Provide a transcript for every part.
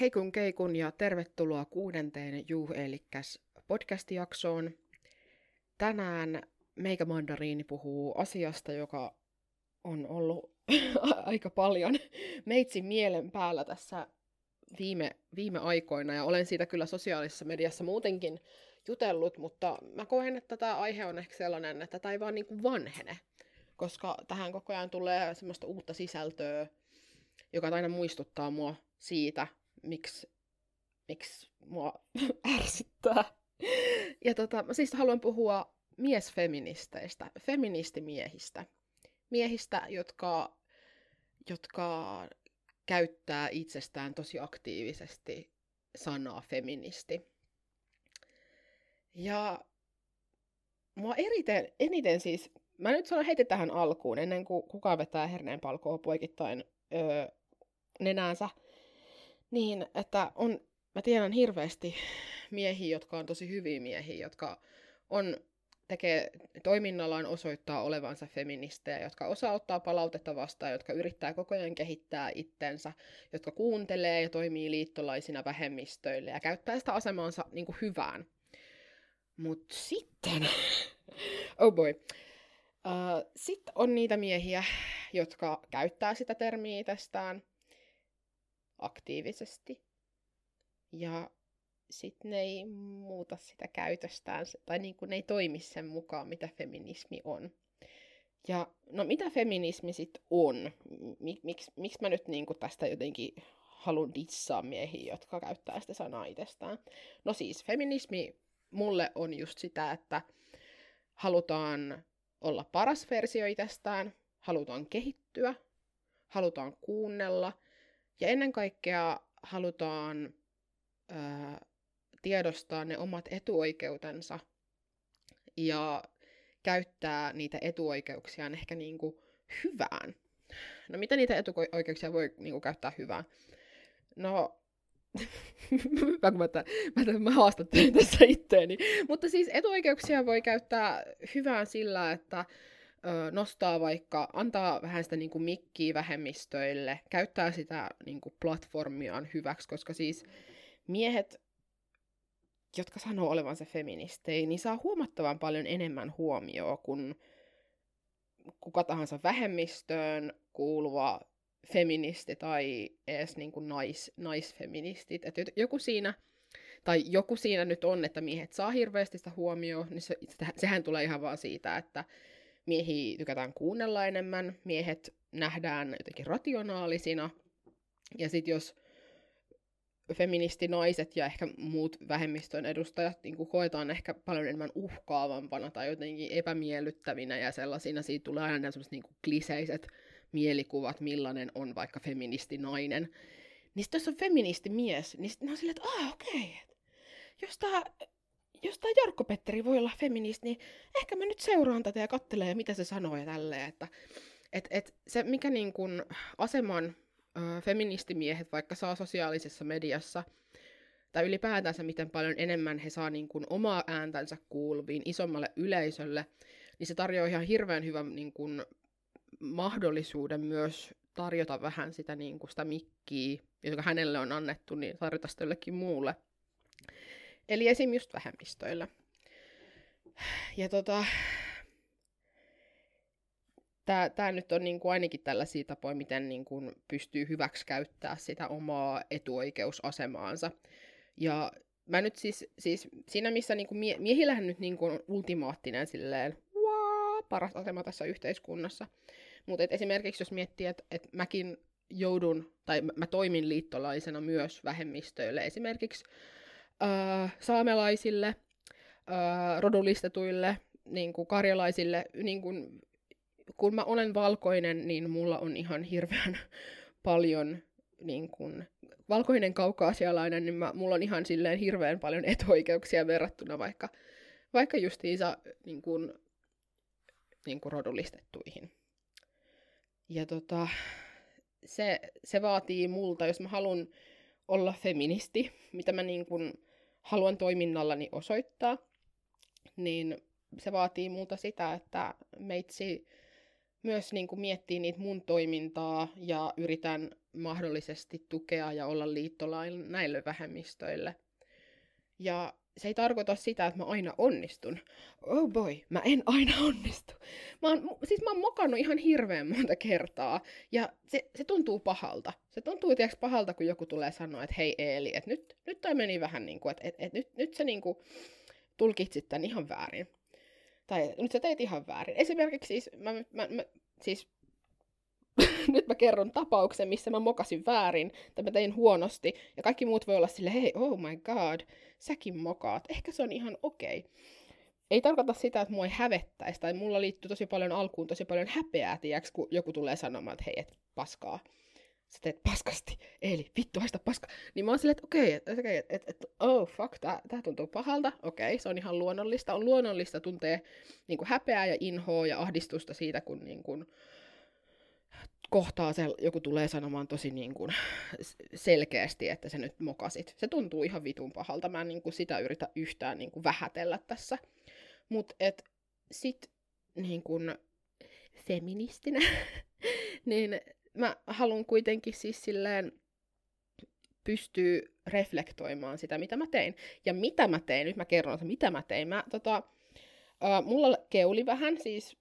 Hei kun keikun ja tervetuloa 6. Juh-elikkäs podcast-jaksoon. Tänään Meikä Mandariini puhuu asiasta, joka on ollut aika paljon meitsin mielen päällä tässä viime aikoina. Ja olen siitä kyllä sosiaalisessa mediassa muutenkin jutellut, mutta mä koen, että tämä aihe on ehkä sellainen, että tämä ei vaan niinku vanhene. Koska tähän koko ajan tulee semmoista uutta sisältöä, joka aina muistuttaa mua siitä, miksi mua ärsyttää. Ja mä siis haluan puhua miesfeministeistä, feministimiehistä. Miehistä, jotka käyttää itsestään tosi aktiivisesti sanaa feministi. Ja mua eniten siis, mä nyt sanon heti tähän alkuun, ennen kuin kukaan vetää herneenpalkoa poikittain nenäänsä, niin että mä tiedän hirveästi miehiä, jotka on tosi hyviä miehiä, jotka tekee toiminnallaan osoittaa olevansa feministejä, jotka osaa ottaa palautetta vastaan, jotka yrittää koko ajan kehittää itsensä, jotka kuuntelee ja toimii liittolaisina vähemmistöille ja käyttää sitä asemaansa niin kuin hyvään. Mut sitten, oh boy, sitten on niitä miehiä, jotka käyttää sitä termiä itsestään aktiivisesti. Ja sitten ne ei muuta sitä käytöstään, tai niinku ne ei toimi sen mukaan, mitä feminismi on. Ja no mitä feminismi sitten on? Miksi mä nyt niinku tästä jotenkin haluan dissaa miehiä, jotka käyttää sitä sanaa itsestään? No siis feminismi mulle on just sitä, että halutaan olla paras versio itsestään, halutaan kehittyä, halutaan kuunnella ja ennen kaikkea halutaan tiedostaa ne omat etuoikeutensa ja käyttää niitä etuoikeuksiaan ehkä niinku hyvään. No mitä niitä etuoikeuksia voi niinku käyttää hyvään? No, mä haastattelen tässä itteeni. Mutta siis etuoikeuksia voi käyttää hyvään sillä, että antaa vähän sitä niinku mikkiä vähemmistöille, käyttää sitä niinku platformiaan hyväksi, koska siis miehet, jotka sanoo olevansa feministejä, niin saa huomattavan paljon enemmän huomioon kuin kuka tahansa vähemmistöön kuuluva feministi tai edes niin kuin naisfeministit. Et joku siinä nyt on, että miehet saa hirveästi sitä huomioon, niin sehän tulee ihan vaan siitä, että miehiä tykätään kuunnella enemmän, miehet nähdään jotenkin rationaalisina, ja sitten jos feministinaiset ja ehkä muut vähemmistön edustajat niin koetaan ehkä paljon enemmän uhkaavampana tai jotenkin epämiellyttävinä ja sellaisina, siitä tulee aina sellaiset niin kliseiset mielikuvat, millainen on vaikka feministinainen. Niin sitten jos on feministimies, niin sitten on silleen, että okei. Jos tää Jarkko-Petteri voi olla feministi, niin ehkä mä nyt seuraan tätä ja katselen, mitä se sanoo ja tälleen. Että se, mikä niin kuin aseman feministimiehet vaikka saa sosiaalisessa mediassa, tai ylipäätänsä miten paljon enemmän he saa niin kuin omaa ääntänsä kuuluviin isommalle yleisölle, niin se tarjoaa ihan hirveän hyvän niin kuin mahdollisuuden myös tarjota vähän sitä, niin kuin sitä mikkiä, joka hänelle on annettu, niin tarjota sitä jollekin muulle. Eli esim. Just vähemmistöille. Ja Tää nyt on niinku ainakin tällaisia tapoja, miten niinku pystyy hyväksi käyttää sitä omaa etuoikeusasemaansa. Ja mä nyt siis siinä missä niinku miehillähän nyt niinku on ultimaattinen silleen paras asema tässä yhteiskunnassa. Mutta esimerkiksi jos miettii, että mäkin joudun, tai mä toimin liittolaisena myös vähemmistöille, esimerkiksi saamelaisille, rodullistetuille, niinku karjalaisille, niinku, kun mä olen valkoinen, niin mulla on ihan hirveän paljon, niin kun, valkoinen kaukaasialainen, niin mulla on ihan silleen hirveän paljon etuoikeuksia verrattuna vaikka justiinsa niin kun rodullistettuihin. Ja se vaatii multa, jos mä haluan olla feministi, mitä mä niin kun haluan toiminnallani osoittaa, niin se vaatii multa sitä, että meitsi myös niin kuin miettiä niitä mun toimintaa ja yritän mahdollisesti tukea ja olla liittolainen näille vähemmistöille. Ja se ei tarkoita sitä, että mä aina onnistun. Oh boy, mä en aina onnistu. Mä oon mokannut ihan hirveän monta kertaa. Ja se tuntuu pahalta. Se tuntuu tiiäks pahalta, kun joku tulee sanoa, että hei Eeli, että nyt toi meni vähän niin kuin, että nyt sä niin kuin tulkitsit tän ihan väärin. Tai nyt sä teit ihan väärin. Esimerkiksi siis nyt mä kerron tapauksen, missä mä mokasin väärin, tai mä tein huonosti, ja kaikki muut voi olla silleen, hei, oh my god, säkin mokaat, ehkä se on ihan okei. Ei tarkoita sitä, että mua ei hävettäisi, tai mulla liittyy tosi paljon alkuun tosi paljon häpeää, tiiäks, kun joku tulee sanomaan, että hei, et paskaa. Sä teet paskasti, eli vittu haista paska. Niin mä oon silleen, että okei, oh fuck, tää tuntuu pahalta, okei, se on ihan luonnollista. On luonnollista tuntee niin kuin häpeää ja inhoa ja ahdistusta siitä, kun niin kuin kohtaa joku tulee sanomaan tosi niin kuin selkeästi, että sä nyt mokasit. Se tuntuu ihan vitun pahalta. Mä en niin kuin sitä yritä yhtään niin kuin vähätellä tässä. Mut sit niin kuin feministinä, niin mä haluan kuitenkin siis silleen pystyä reflektoimaan sitä, mitä mä tein. Ja mitä mä tein, nyt mä kerron sen, mitä mä tein. Mulla keuli vähän, siis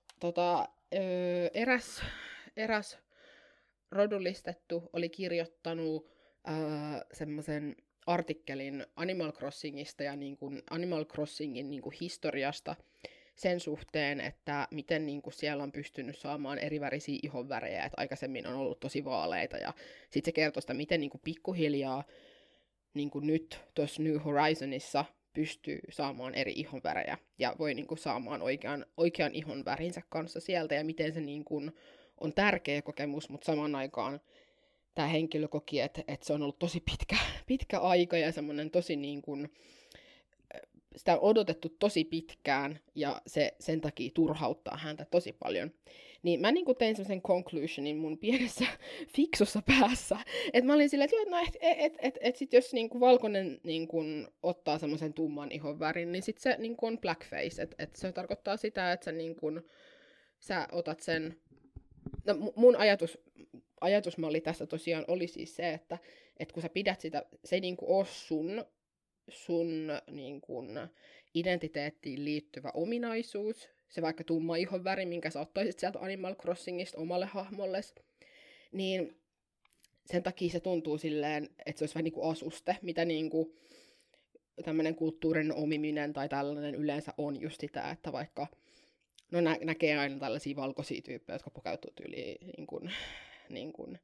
eräs rodullistettu oli kirjoittanut semmoisen artikkelin Animal Crossingista ja niin kuin Animal Crossingin niin kuin historiasta sen suhteen, että miten niin kuin siellä on pystynyt saamaan erivärisiä ihonvärejä, että aikaisemmin on ollut tosi vaaleita, ja sitten se kertoo sitä, miten niin kuin pikkuhiljaa niin kuin nyt tuossa New Horizonissa pystyy saamaan eri ihonvärejä, ja voi niin kuin saamaan oikean ihonvärinsä kanssa sieltä, ja miten se niin kuin on tärkeä kokemus, mutta samaan aikaan tämä henkilö koki, että se on ollut tosi pitkä aika, ja semmoinen tosi niin kuin, sitä on odotettu tosi pitkään, ja se sen takia turhauttaa häntä tosi paljon. Niin mä niin kuin tein semmoisen conclusionin mun pienessä fiksussa päässä, että mä olin silleen, että sit jos niin kuin valkoinen niin kuin ottaa semmoisen tumman ihon värin, niin sit se niin kuin on blackface, että se tarkoittaa sitä, että sä otat sen. No, mun ajatusmalli tässä tosiaan oli siis se, että kun sä pidät sitä, se ei niin kuin ole sun niin kuin identiteettiin liittyvä ominaisuus, se vaikka tumma ihon väri, minkä sä ottaisit sieltä Animal Crossingista omalle hahmolles, niin sen takia se tuntuu silleen, että se olisi vähän niin kuin asuste, mitä niin kuin tämmöinen kulttuurin omiminen tai tällainen yleensä on just sitä, että vaikka no näkee aina tällaisia valkoisia tyyppejä, jotka pukeutuu tyyliin niin kuin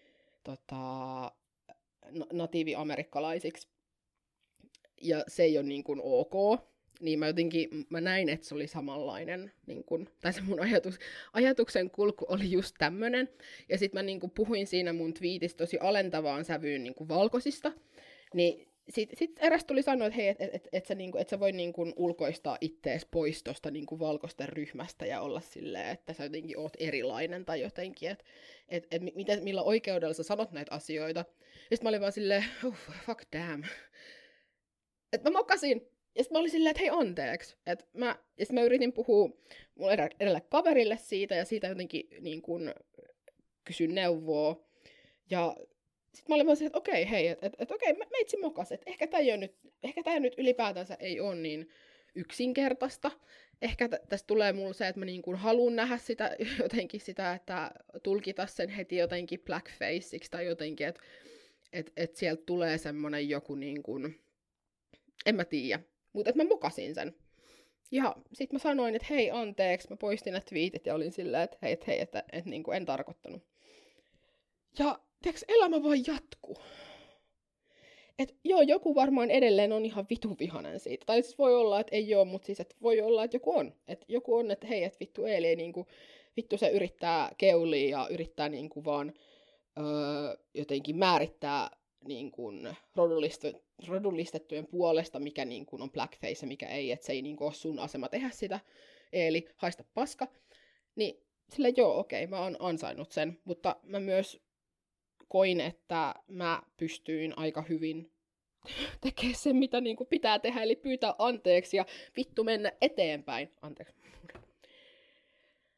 natiivi-amerikkalaisiksi. Ja se ei ole niin kuin ok. Niin mä näin, että se oli samanlainen, niin kuin, tai se mun ajatuksen kulku oli just tämmönen. Ja sit mä niin kuin puhuin siinä mun twiitissä tosi alentavaan sävyyn niin kuin valkoisista. Niin sit eräs tuli sanoa, että hei, et sä voi niin kuin ulkoistaa ittees pois tosta niin kuin valkoisten ryhmästä ja olla silleen, että sä jotenkin oot erilainen tai jotenkin, että millä oikeudella sä sanot näitä asioita. Ja sit mä olin vaan silleen, fuck damn. Että mä mokasin. Ja sit mä olin silleen, että hei anteeksi. Ja sit mä yritin puhua mun edelle kaverille siitä ja siitä jotenkin niin kun kysyn neuvoa. Ja sit mä olin vaan silleen, että okei, hei, että okei, meitsi mokas. Että ehkä tää nyt ylipäätänsä ei ole niin yksinkertaista. Ehkä tästä tulee mulle se, että mä niin kun haluan nähdä sitä jotenkin sitä, että tulkita sen heti jotenkin blackfaceiksi tai jotenkin, että sieltä tulee semmonen joku niin kun, en mä tiedä. Mutta mä mokasin sen. Ja sit mä sanoin, että hei anteeksi, mä poistin ne twiitit ja olin silleen, että hei, että niinku en tarkoittanut. Ja tiiäks, elämä vaan jatkuu. Et joo, joku varmaan edelleen on ihan vitun vihanen siitä. Tai siis voi olla, että ei oo, mutta siis et voi olla, että joku on. Että joku on, että hei, että vittu Eeli ei niinku, vittu se yrittää keulia ja yrittää niinku vaan jotenkin määrittää niin kuin rodullistettujen puolesta, mikä niin kuin on blackface ja mikä ei, että se ei niin kuin ole sun asema tehdä sitä, eli haista paska, niin silleen joo, okei, mä oon ansainnut sen, mutta mä myös koin, että mä pystyin aika hyvin tekemään sen, mitä niin kuin pitää tehdä, eli pyytää anteeksi ja vittu mennä eteenpäin. Anteeksi.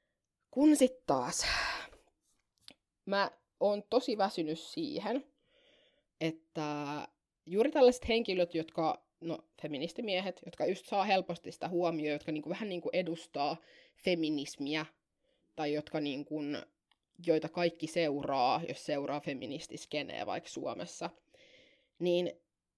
Kun sit taas mä oon tosi väsynyt siihen, että juuri tällaiset henkilöt, jotka, no feministimiehet, jotka just saa helposti sitä huomioon, jotka niinku vähän niinku edustaa feminismiä, tai jotka niinku, joita kaikki seuraa, jos seuraa feministiskeneä vaikka Suomessa, niin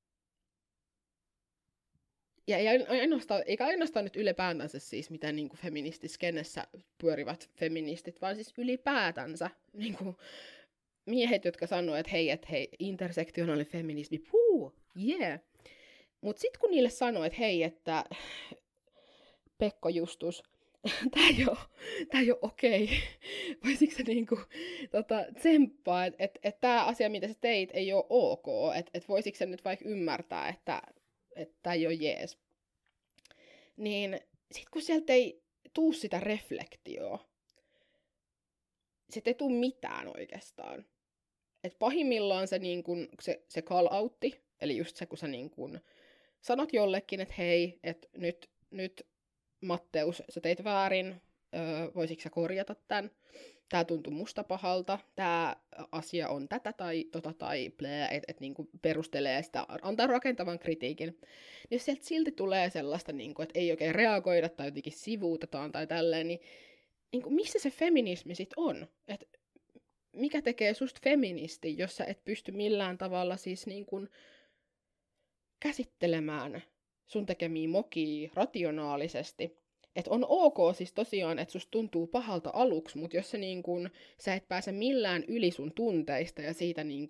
ja eikä ainoastaan nyt ylipäätänsä siis mitä niinku feministiskenessä pyörivät feministit, vaan siis ylipäätänsä niinku miehet, jotka sanoo, että hei, intersektionaalinen feminismi, puu, yeah. Mut sit kun niille sanoo, että hei, että Pekko Justus, tää ei oo okei. Voisitko sä niinku tsemppaa, että tää asia, mitä sä teit, ei oo ok. Että voisitko sä nyt vaikka ymmärtää, että tää ei oo jees. Niin sit kun sieltä ei tuu sitä reflektioa, sit ei tuu mitään oikeastaan. Et pahimmillaan se, niin kun, se call-outti, eli just se, kun sä niin kun sanot jollekin, että hei, että nyt Matteus, sä teit väärin, voisitko sä korjata tämän? Tää tuntuu musta pahalta, tää asia on tätä tai tota tai blää, että niinku perustelee sitä, antaa rakentavan kritiikin. Niin jos sieltä silti tulee sellaista, niinku, että ei oikein reagoida tai jotenkin sivuutetaan tai tälleen, niin niinku, missä se feminismi sit on? Et mikä tekee susta feministi, jos sä et pysty millään tavalla siis niinku käsittelemään sun tekemiä mokia rationaalisesti. Että on ok siis tosiaan, että susta tuntuu pahalta aluksi, mutta jos sä et pääse millään yli sun tunteista ja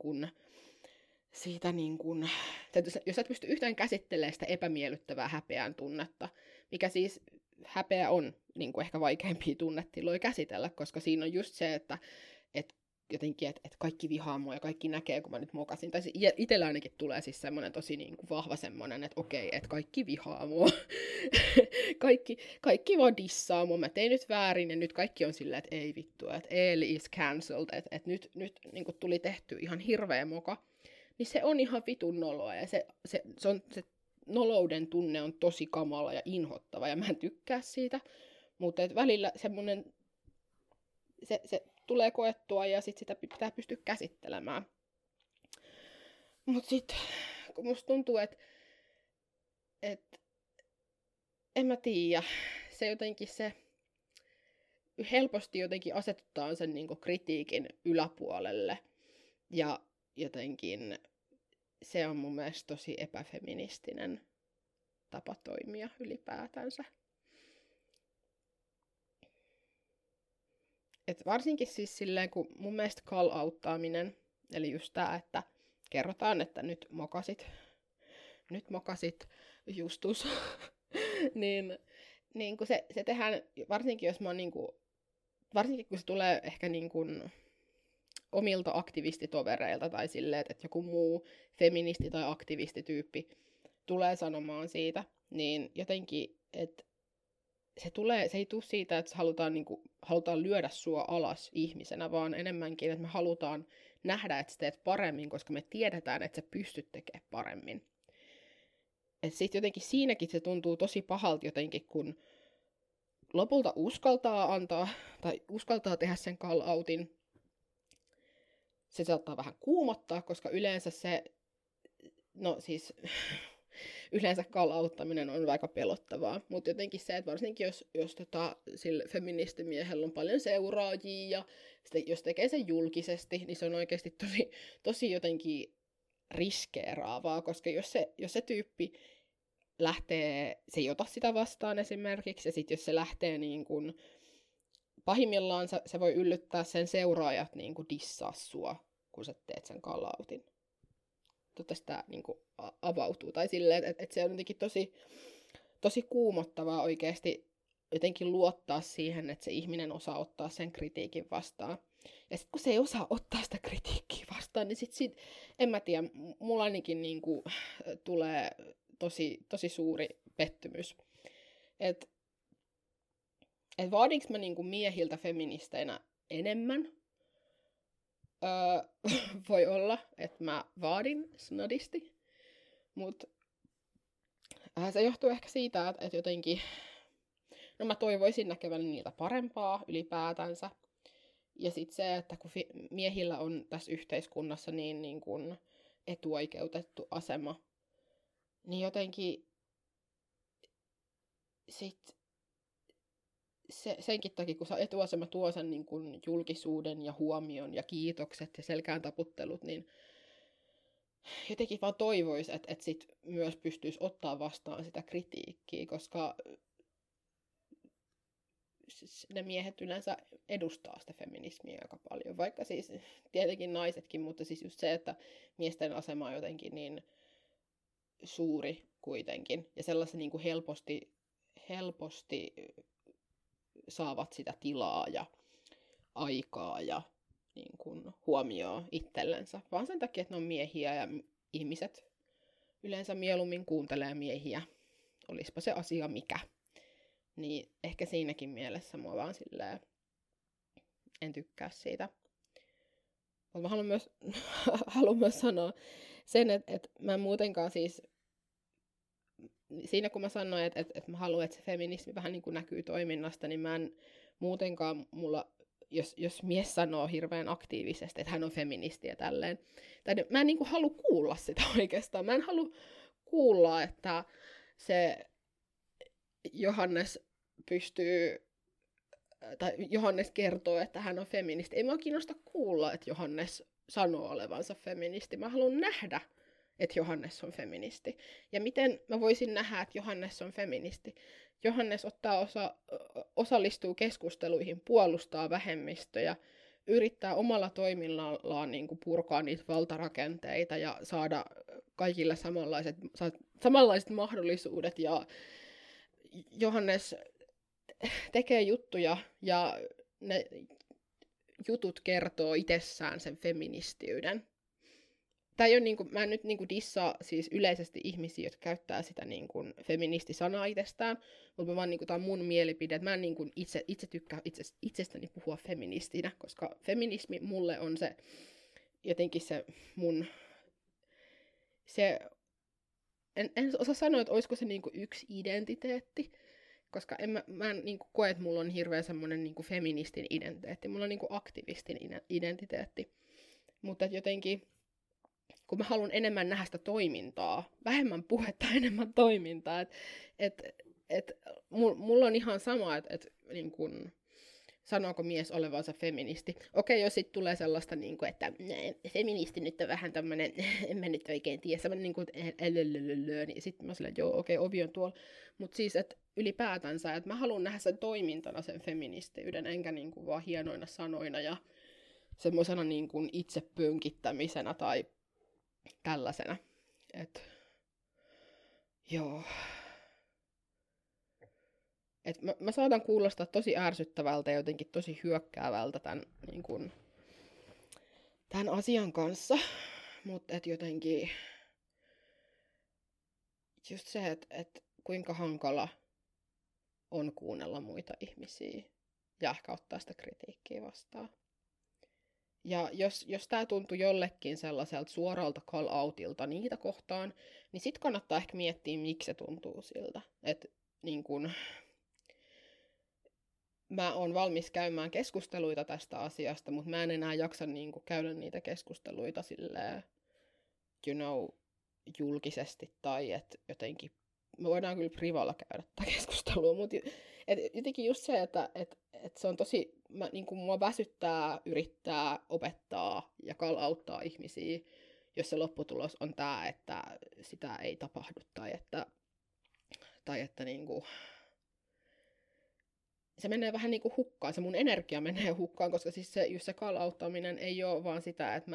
jos sä et pysty yhtään käsittelemään sitä epämiellyttävää häpeän tunnetta, mikä siis häpeä on ehkä vaikeimpia tunnetiloja käsitellä, koska siinä on just se, että jotenkin, että kaikki vihaa mua ja kaikki näkee, kun mä nyt mokasin. Tai itsellä ainakin tulee siis semmoinen tosi vahva semmoinen, että okei, että kaikki vihaa mua. kaikki vaan dissaa mua, mä tein nyt väärin ja nyt kaikki on silleen, että ei vittu, että Eeli is cancelled, että nyt tuli tehty ihan hirveä moka. Niin se on ihan vitun noloa ja se nolouden tunne on tosi kamala ja inhottava ja mä en tykkää siitä. Mutta välillä semmoinen se tulee koettua ja sit sitä pitää pystyä käsittelemään. Mut sit, kun musta tuntuu, että en mä tiedä, se jotenkin se helposti jotenkin asetutaan sen kritiikin yläpuolelle. Ja jotenkin se on mun mielestä tosi epäfeministinen tapa toimia ylipäätänsä. Et varsinkin siis silleen, kun mun mielestä call-outtaaminen, eli just tää, että kerrotaan, että nyt mokasit Justus, niin kun se tehdään, varsinkin jos mä oon varsinkin kun se tulee ehkä omilta aktivistitovereilta tai silleen, että joku muu feministi tai aktivistityyppi tulee sanomaan siitä, niin jotenkin, että se ei tule siitä, että halutaan lyödä sua alas ihmisenä, vaan enemmänkin, että me halutaan nähdä, että sä teet paremmin, koska me tiedetään, että sä pystyt tekemään paremmin. Et sit jotenkin siinäkin se tuntuu tosi pahalta jotenkin, kun lopulta uskaltaa antaa, tai uskaltaa tehdä sen call-outin. Se saattaa vähän kuumottaa, koska yleensä yleensä call-outtaminen on aika pelottavaa, mutta jotenkin se, että varsinkin jos sillä feministimiehellä on paljon seuraajia ja jos tekee sen julkisesti, niin se on oikeasti tosi jotenkin riskeeraavaa, koska jos se tyyppi lähtee, se ei ota sitä vastaan esimerkiksi, ja sitten jos se lähtee pahimmillaan se voi yllyttää sen seuraajat dissaa sua, kun sä teet sen call-outin. Toivottavasti tämä avautuu. Tai silleen, että se on jotenkin tosi kuumottavaa oikeasti jotenkin luottaa siihen, että se ihminen osaa ottaa sen kritiikin vastaan. Ja sitten kun se ei osaa ottaa sitä kritiikkiä vastaan, niin sit en mä tiedä, mulla ainakin tulee tosi suuri pettymys. Et vaadinko mä miehiltä feministeinä enemmän? Voi olla, että mä vaadin snadisti, mutta se johtuu ehkä siitä, että jotenkin, No mä toivoisin näkeväni niiltä parempaa ylipäätänsä. Ja sitten se, että kun miehillä on tässä yhteiskunnassa niin kuin etuoikeutettu asema, niin jotenkin sit senkin takia, kun se etuasema tuo sen niin kuin julkisuuden ja huomion ja kiitokset ja selkään taputtelut, niin jotenkin vaan toivoisi, että sit myös pystyisi ottaa vastaan sitä kritiikkiä, koska ne miehet yleensä edustaa sitä feminismiä aika paljon, vaikka siis tietenkin naisetkin, mutta siis just se, että miesten asema on jotenkin niin suuri kuitenkin, ja sellaisen niin kuin helposti saavat sitä tilaa ja aikaa ja niin kuin huomioon itsellensä, vaan sen takia, että ne on miehiä ja ihmiset yleensä mieluummin kuuntelee miehiä, olispa se asia mikä. Niin ehkä siinäkin mielessä mua vaan silleen en tykkää siitä. Mutta mä haluan myös sanoa sen, että mä en muutenkaan siis siinä kun mä sanoin, että mä haluan, että se feminismi vähän niin kuin näkyy toiminnasta, niin mä en muutenkaan jos mies sanoo hirveän aktiivisesti, että hän on feministi ja tälleen, tai mä en niin kuin halua kuulla sitä oikeastaan. Mä en halua kuulla, että se Johannes Johannes kertoo, että hän on feministi. Ei mua kiinnosta kuulla, että Johannes sanoo olevansa feministi. Mä haluan nähdä, että Johannes on feministi. Ja miten mä voisin nähdä, että Johannes on feministi? Johannes osallistuu keskusteluihin, puolustaa vähemmistöjä, yrittää omalla toiminnallaan niin kuin purkaa niitä valtarakenteita ja saada kaikille samanlaiset mahdollisuudet. Ja Johannes tekee juttuja ja ne jutut kertoo itsessään sen feministiyden. Tää ei ole niinku, mä en nyt niinku dissaa siis yleisesti ihmisiä, jotka käyttää sitä niinku feministisanaa itsestään, mutta vaan niinku, tää on mun mielipide, että mä en niinku itse tykkää itsestäni puhua feministinä, koska feminismi mulle on se jotenkin se mun en osaa sanoa, että olisiko se niinku yksi identiteetti, koska mä en niinku koe, että mulla on hirveän semmoinen niinku feministin identiteetti, mulla on niinku aktivistin identiteetti, mutta jotenkin kun mä haluan enemmän nähdä sitä toimintaa, vähemmän puhetta, enemmän toimintaa, että mulla on ihan sama, että niin kun, sanooko mies olevansa feministi. Okei, jos sitten tulee sellaista, niin kun, että feministi nyt on vähän tämmönen, en mä nyt oikein tiedä, semmoinen niin kuin, niin sitten mä silleen, joo, okei, ovi on tuolla. Mutta siis, että ylipäätänsä, että mä haluan nähdä sen toimintana sen feministiyden, enkä niin kuin vaan hienoina sanoina ja semmoisena niin kuin itse pönkittämisenä tai tällaisena. Et, joo. Et mä saatan kuulostaa tosi ärsyttävältä ja jotenkin tosi hyökkäävältä tämän asian kanssa. Mutta jotenkin just se, että kuinka hankala on kuunnella muita ihmisiä ja ehkä ottaa sitä kritiikkiä vastaan. Ja jos tää tuntuu jollekin sellaiselta suoralta call-outilta niitä kohtaan, niin sit kannattaa ehkä miettiä, miksi se tuntuu siltä. Että niin kun, mä oon valmis käymään keskusteluita tästä asiasta, mutta mä en enää jaksa niin kun käydä niitä keskusteluita silleen, julkisesti tai että jotenkin, me voidaan kyllä privalla käydä tätä keskustelua, mutta jotenkin just se, että se on tosi, niin kuin mua väsyttää yrittää opettaa ja call-outtaa ihmisiä, jos se lopputulos on tämä, että sitä ei tapahdu tai että niin kuin, se menee vähän niin kuin hukkaan, se mun energia menee hukkaan, koska siis just se call-outtaminen ei ole vaan sitä, että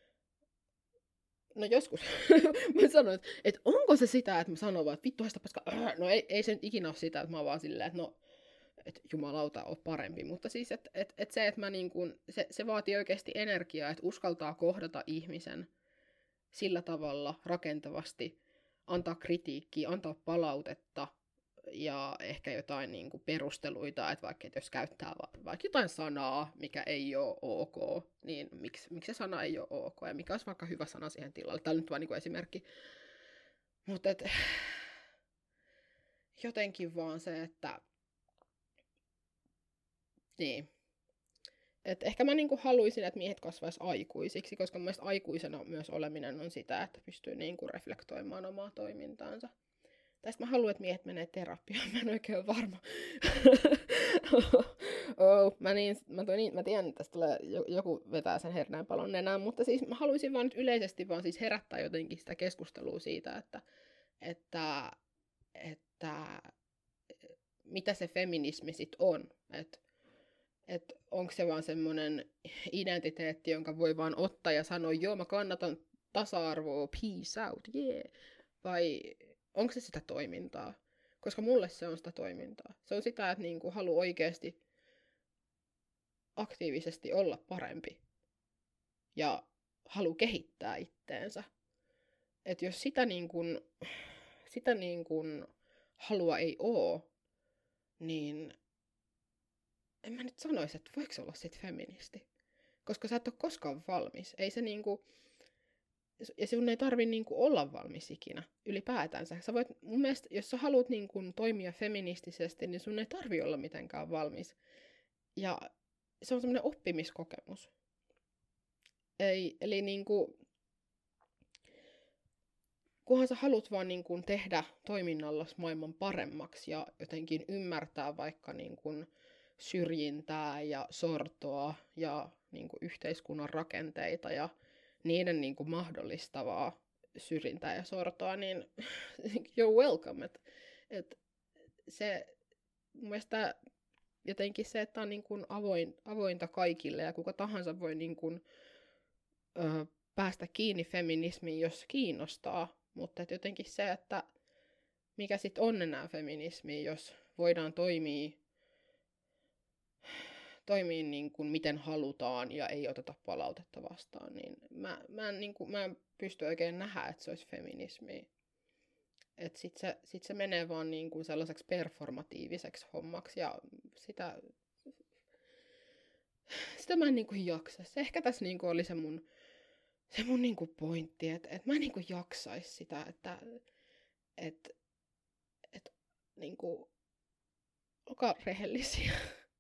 no joskus mä sanoin, että onko se sitä, että mä sanon vaan, että vittu haista paskaa, no ei se nyt ikinä ole sitä, että mä oon vaan silleen, että no, että jumalauta on parempi, mutta siis, että se, että mä niin kuin, se vaatii oikeasti energiaa, että uskaltaa kohdata ihmisen sillä tavalla rakentavasti, antaa kritiikkiä, antaa palautetta ja ehkä jotain niin kuin perusteluita, että vaikka jos käyttää vaikka jotain sanaa, mikä ei ole ok, niin miksi se sana ei ole ok ja mikä olisi vaikka hyvä sana siihen tilalle. Tämä on nyt vain niin kuin esimerkki. Mutta jotenkin vaan se, että niin. Et ehkä mä niinku haluaisin, että miehet kasvaisi aikuisiksi, koska mun mielestä aikuisena myös oleminen on sitä, että pystyy niinku reflektoimaan omaa toimintaansa. Tästä mä haluan, että miehet menee terapiaan, mä en oikein ole varma. Mä tiedän, että tästä tulee, joku vetää sen hernäänpalon nenään, mutta siis mä haluaisin vaan nyt yleisesti vaan siis herättää jotenkin sitä keskustelua siitä, että mitä se feminismi sit on. Että onko se vaan semmoinen identiteetti, jonka voi vaan ottaa ja sanoa, joo mä kannatan tasa-arvoa, peace out, yeah. Vai onko se sitä toimintaa? Koska mulle se on sitä toimintaa. Se on sitä, että niinku haluaa oikeasti aktiivisesti olla parempi. Ja haluaa kehittää itteensä. Että jos sitä halua ei oo, niin en mä nyt sanoisi, että voiko olla sit feministi. Koska sä et ole koskaan valmis. Ei se ja sinun ei tarvi olla valmis ikinä ylipäätänsä. Sä voit, mun mielestä, jos sä haluat toimia feministisesti, niin sun ei tarvi olla mitenkään valmis. Ja se on semmoinen oppimiskokemus. Eli kunhan sä haluat vaan tehdä toiminnallasi maailman paremmaksi ja jotenkin ymmärtää vaikka syrjintää ja sortoa ja yhteiskunnan rakenteita ja niiden mahdollistavaa syrjintää ja sortoa, niin you're welcome. Mun mielestä jotenkin se, että on avointa kaikille ja kuka tahansa voi päästä kiinni feminismiin, jos kiinnostaa. Mutta jotenkin se, että mikä sitten on enää feminismi, jos voidaan toimia miten halutaan ja ei oteta palautetta vastaan, niin mä en pysty oikein nähdä, että se olisi feminismiä. Että sit se menee vaan sellaiseksi performatiiviseksi hommaksi ja sitä mä en jaksa. Se ehkä tässä oli se mun pointti, että mä en jaksais sitä, että olkaa rehellisiä.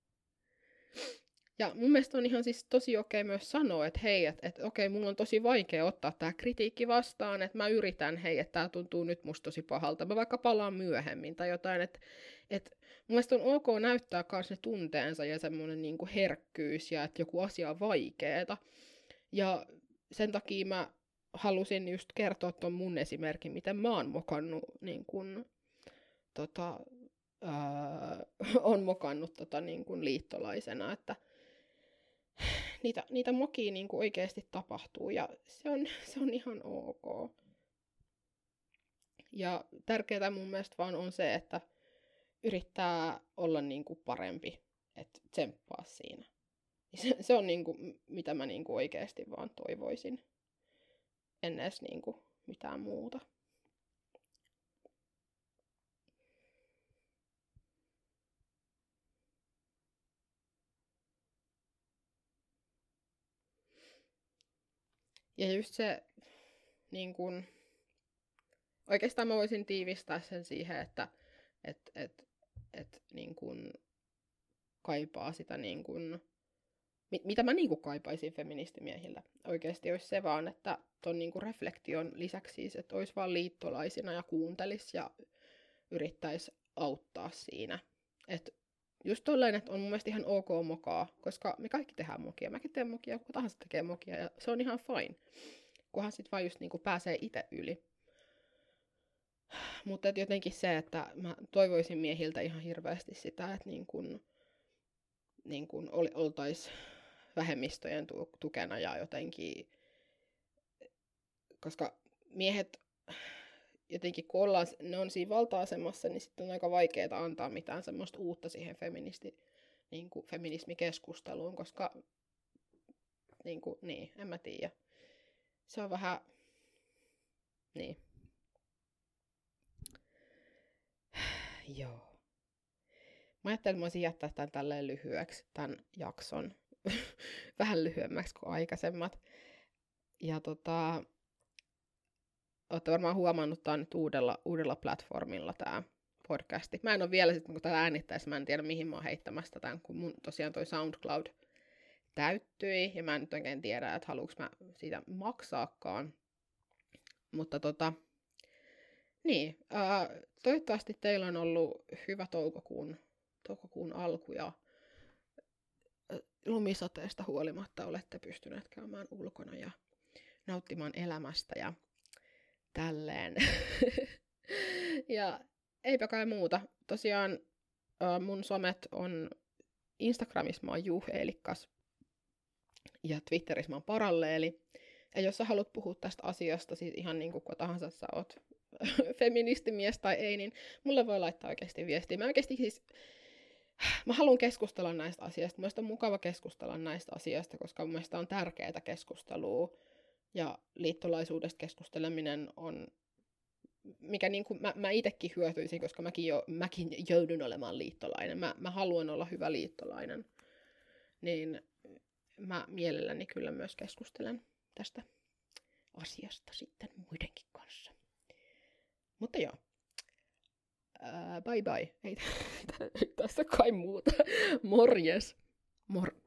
Ja mun mielestä on ihan siis tosi okei myös sanoa, että hei, että okei, mulla on tosi vaikea ottaa tää kritiikki vastaan, että mä yritän, hei, että tää tuntuu nyt musta tosi pahalta, mä vaikka palaan myöhemmin tai jotain, että mun mielestä on ok näyttää kans ne tunteensa ja semmonen herkkyys ja että joku asia on vaikeeta. Ja sen takia mä halusin just kertoa ton mun esimerkin, miten mä oon mokannut on mokannut liittolaisena, että niitä mokia oikeasti tapahtuu ja se on ihan ok. Ja tärkeää mun mielestä vaan on se, että yrittää olla parempi, että tsemppaa siinä. Se on mitä mä oikeasti vaan toivoisin, en edes mitään muuta. Ja just se, oikeastaan mä voisin tiivistää sen siihen, että kaipaa sitä mitä mä kaipaisin feministimiehiltä. Oikeasti olisi se vaan, että ton reflektion lisäksi siis, että olisi vaan liittolaisina ja kuuntelis ja yrittäisi auttaa siinä. Että just tolleen, että on mun mielestä ihan ok mokaa, koska me kaikki tehdään mokia. Mäkin teen mokia, kuka tahansa tekee mokia ja se on ihan fine. Kunhan sit vaan just pääsee itse yli. Mutta jotenkin se, että mä toivoisin miehiltä ihan hirveästi sitä, että oltais vähemmistöjen tukena ja jotenkin, koska miehet jotenkin kun ne on siinä valta-asemassa, niin sitten on aika vaikeaa antaa mitään semmoista uutta siihen feminismikeskusteluun, koska en mä tiedä. Se on vähän, niin. Joo. Mä ajattelin, että mä voisin jättää tämän tälleen lyhyeksi, tämän jakson. Vähän lyhyemmäksi kuin aikaisemmat. Ja ootte varmaan huomannut, että tämä on nyt uudella platformilla tämä podcasti. Mä en ole vielä sitten, kun tätä äänittäessä, mä en tiedä mihin mä oon heittämässä tämän, kun mun tosiaan toi SoundCloud täyttyi, ja mä en nyt oikein tiedä, että haluuks mä siitä maksaakaan. Mutta niin, toivottavasti teillä on ollut hyvä toukokuun alku, ja lumisateesta huolimatta olette pystyneet käymään ulkona ja nauttimaan elämästä ja tälleen. Ja eipä kai muuta. Tosiaan mun somet on Instagramissa mä oon Juheelikkas ja Twitterissä mä oon Paralleeli. Ja jos sä haluat puhua tästä asiasta, siis ihan niin kuin kuka tahansa sä oot feministimies tai ei, niin mulle voi laittaa oikeasti viestiä. Mä haluan keskustella näistä asioista. Mielestäni on mukava keskustella näistä asioista, koska mun mielestä on tärkeää keskustelua. Ja liittolaisuudesta keskusteleminen on, mikä niin kuin mä itsekin hyötyisin, koska mäkin joudun olemaan liittolainen. Mä haluan olla hyvä liittolainen. Niin mä mielelläni kyllä myös keskustelen tästä asiasta sitten muidenkin kanssa. Mutta joo. Bye bye. Ei tässä kai muuta. Morjes.